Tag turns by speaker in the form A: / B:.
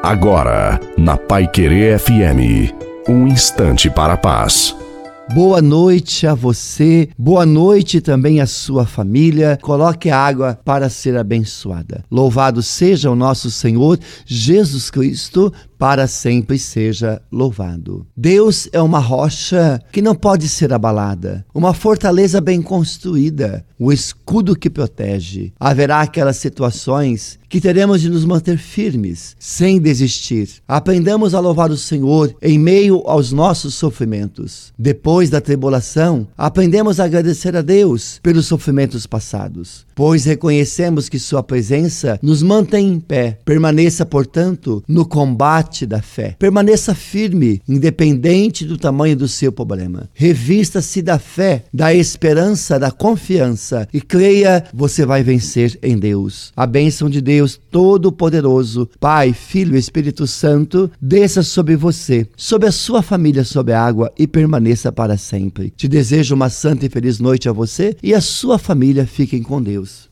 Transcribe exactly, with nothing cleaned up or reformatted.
A: Agora, na Paiquerê F M, um instante para a paz.
B: Boa noite a você, boa noite também à sua família. Coloque a água para ser abençoada. Louvado seja o nosso Senhor Jesus Cristo, para sempre seja louvado. Deus é uma rocha que não pode ser abalada, uma fortaleza bem construída, o escudo que protege. Haverá aquelas situações que teremos de nos manter firmes, sem desistir. Aprendamos a louvar o Senhor em meio aos nossos sofrimentos. Depois da tribulação, aprendemos a agradecer a Deus pelos sofrimentos passados, pois reconhecemos que sua presença nos mantém em pé. Permaneça, portanto, no combate da fé. Permaneça firme, independente do tamanho do seu problema. Revista-se da fé, da esperança, da confiança e creia, você vai vencer em Deus. A bênção de Deus Todo-Poderoso, Pai, Filho e Espírito Santo, desça sobre você, sobre a sua família, sobre a água e permaneça para sempre. Te desejo uma santa e feliz noite a você e a sua família. Fiquem com Deus.